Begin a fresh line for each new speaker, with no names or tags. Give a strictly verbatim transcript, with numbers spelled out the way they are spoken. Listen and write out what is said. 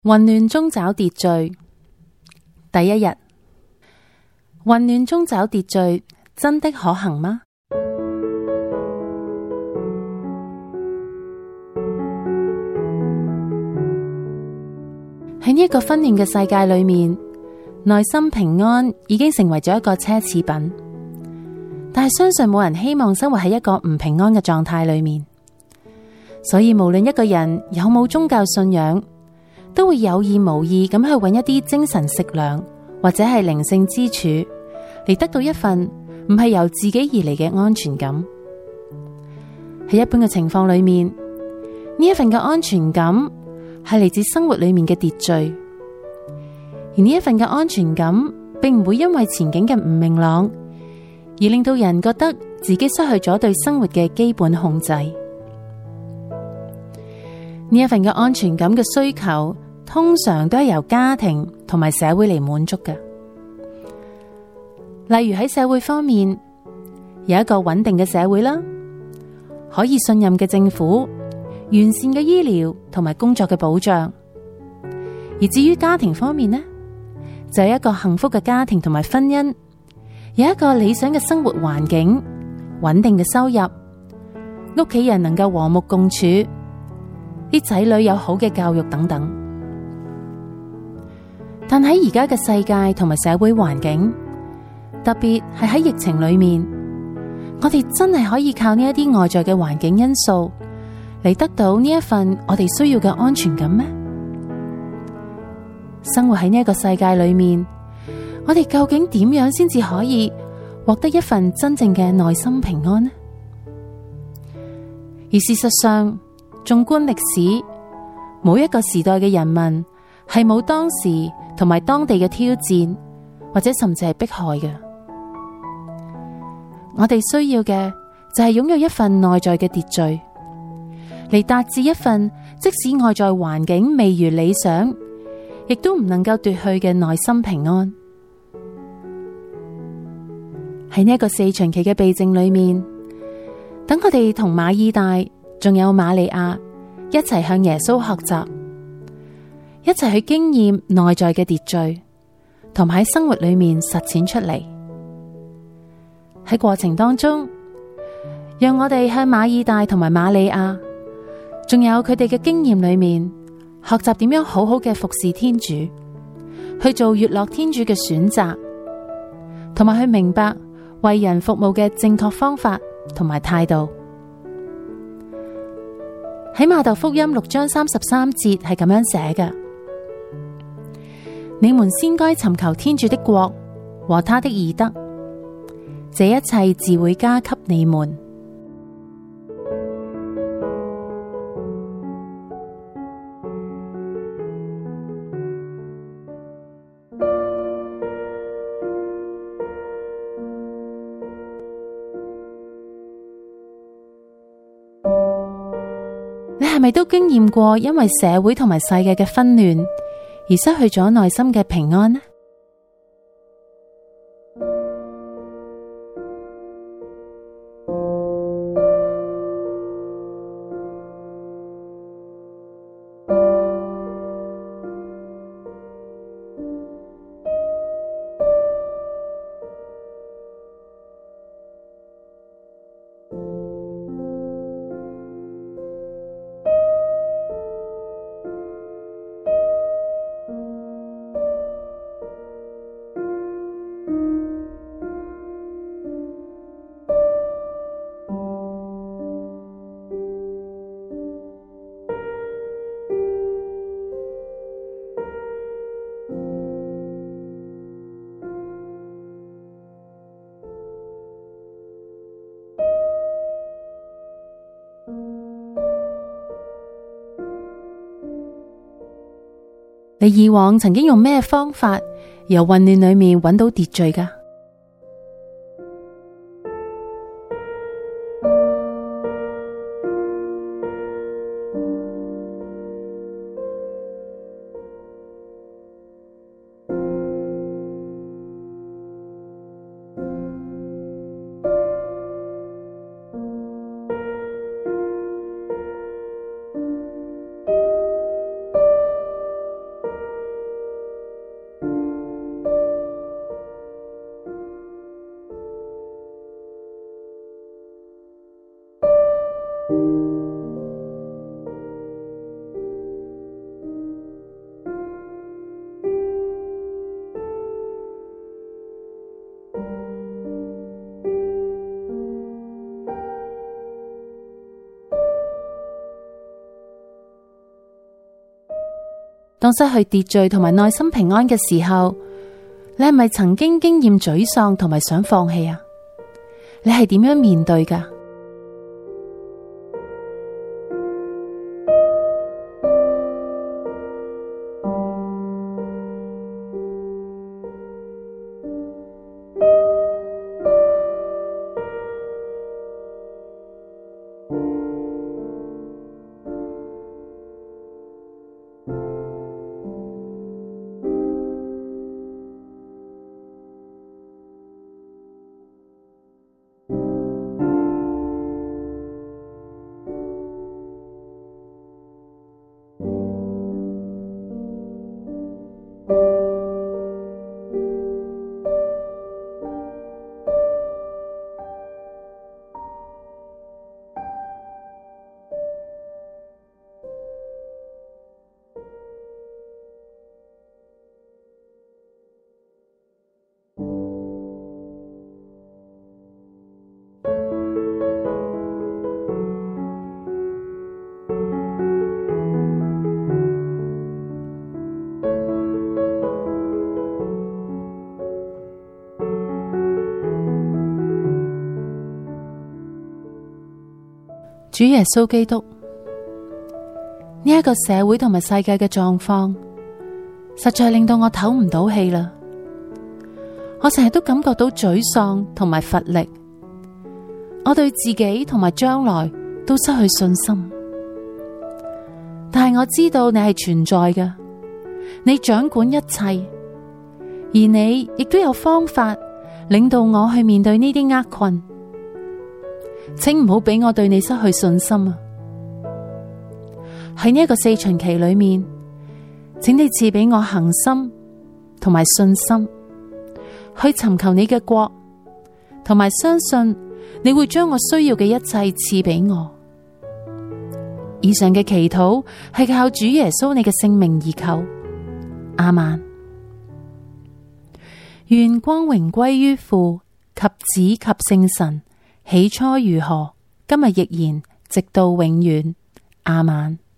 混亂中找秩序。第一日，混亂中找秩序，真的可行嗎？喺呢一個紛亂嘅世界裏面，內心平安已經成為咗一個奢侈品。但係相信冇人希望生活喺一個唔平安嘅狀態裏面，所以無論一個人有冇宗教信仰，都會有意無意咁去揾一啲精神食糧或者係靈性支柱，嚟得到一份唔係由自己而嚟嘅安全感。喺一般嘅情況裏面，呢一份嘅安全感係嚟自生活裏面嘅秩序，而呢一份嘅安全感並唔會因為前景嘅唔明朗而令到人覺得自己失去咗對生活嘅基本控制。呢一份嘅安全感嘅需求，通常都係由家庭同埋社會嚟滿足嘅。例如喺社會方面，有一個穩定嘅社會啦，可以信任嘅政府，完善嘅醫療同埋工作嘅保障。而至於家庭方面呢，就有一個幸福嘅家庭同埋婚姻，有一個理想嘅生活環境，穩定嘅收入，屋企人能夠和睦共處，啲仔女有好嘅教育等等。但喺而家嘅世界同埋社會環境，特別係喺疫情裏面，我哋真係可以靠呢一啲外在嘅環境因素嚟得到呢一份我哋需要嘅安全感咩？生活喺呢一個世界裏面，我哋究竟點樣先至可以獲得一份真正嘅內心平安呢？而事實上，縱觀歷史，冇一個時代嘅人民係冇當時同埋當地嘅挑戰，或者甚至係迫害嘅。我哋需要嘅就係擁有一份內在嘅秩序，嚟達至一份即使外在環境未如理想，亦都唔能夠奪去嘅內心平安。喺呢一個四旬期嘅避靜裏面，等我哋同馬爾大仲有瑪利亞一齊向耶穌學習，一齊去經驗內在嘅秩序，同埋喺生活裏面實踐出嚟。喺過程當中，讓我哋向馬爾大同埋瑪利亞，仲有佢哋嘅經驗裏面，學習點樣好好嘅服侍天主，去做悅樂天主嘅選擇，同埋去明白為人服務嘅正確方法同埋態度。喺馬竇福音六章三十三節係咁樣寫嘅：你們先該尋求天主的國和他的義德，這一切自會加給你們。你係咪都經驗過因為社會同埋世界嘅紛亂而失去咗內心嘅平安呢？你以往曾經用咩方法由混亂裏面揾到秩序㗎？ 當失去秩序同埋內心平安嘅時候，你係咪曾經經驗沮喪同埋想放棄啊？你係點樣面對㗎？主耶穌基督，呢一個社會同埋世界嘅狀況，實在令到我唞唔到氣啦。我成日都感覺到沮喪同埋乏力，我對自己同埋將來都失去信心。但係我知道你係存在嘅，你掌管一切，而你亦都有方法領導我去面對呢啲厄困。請唔好俾我對你失去信心啊！喺呢一個四旬期裏面，請你賜俾我恒心同埋信心，去尋求你嘅國，同埋相信你會將我需要嘅一切賜俾我。以上嘅祈禱係靠主耶穌你嘅聖名而求，阿們。願光榮歸於父及子及聖神，起初如何，今日亦然，直到永遠，阿們。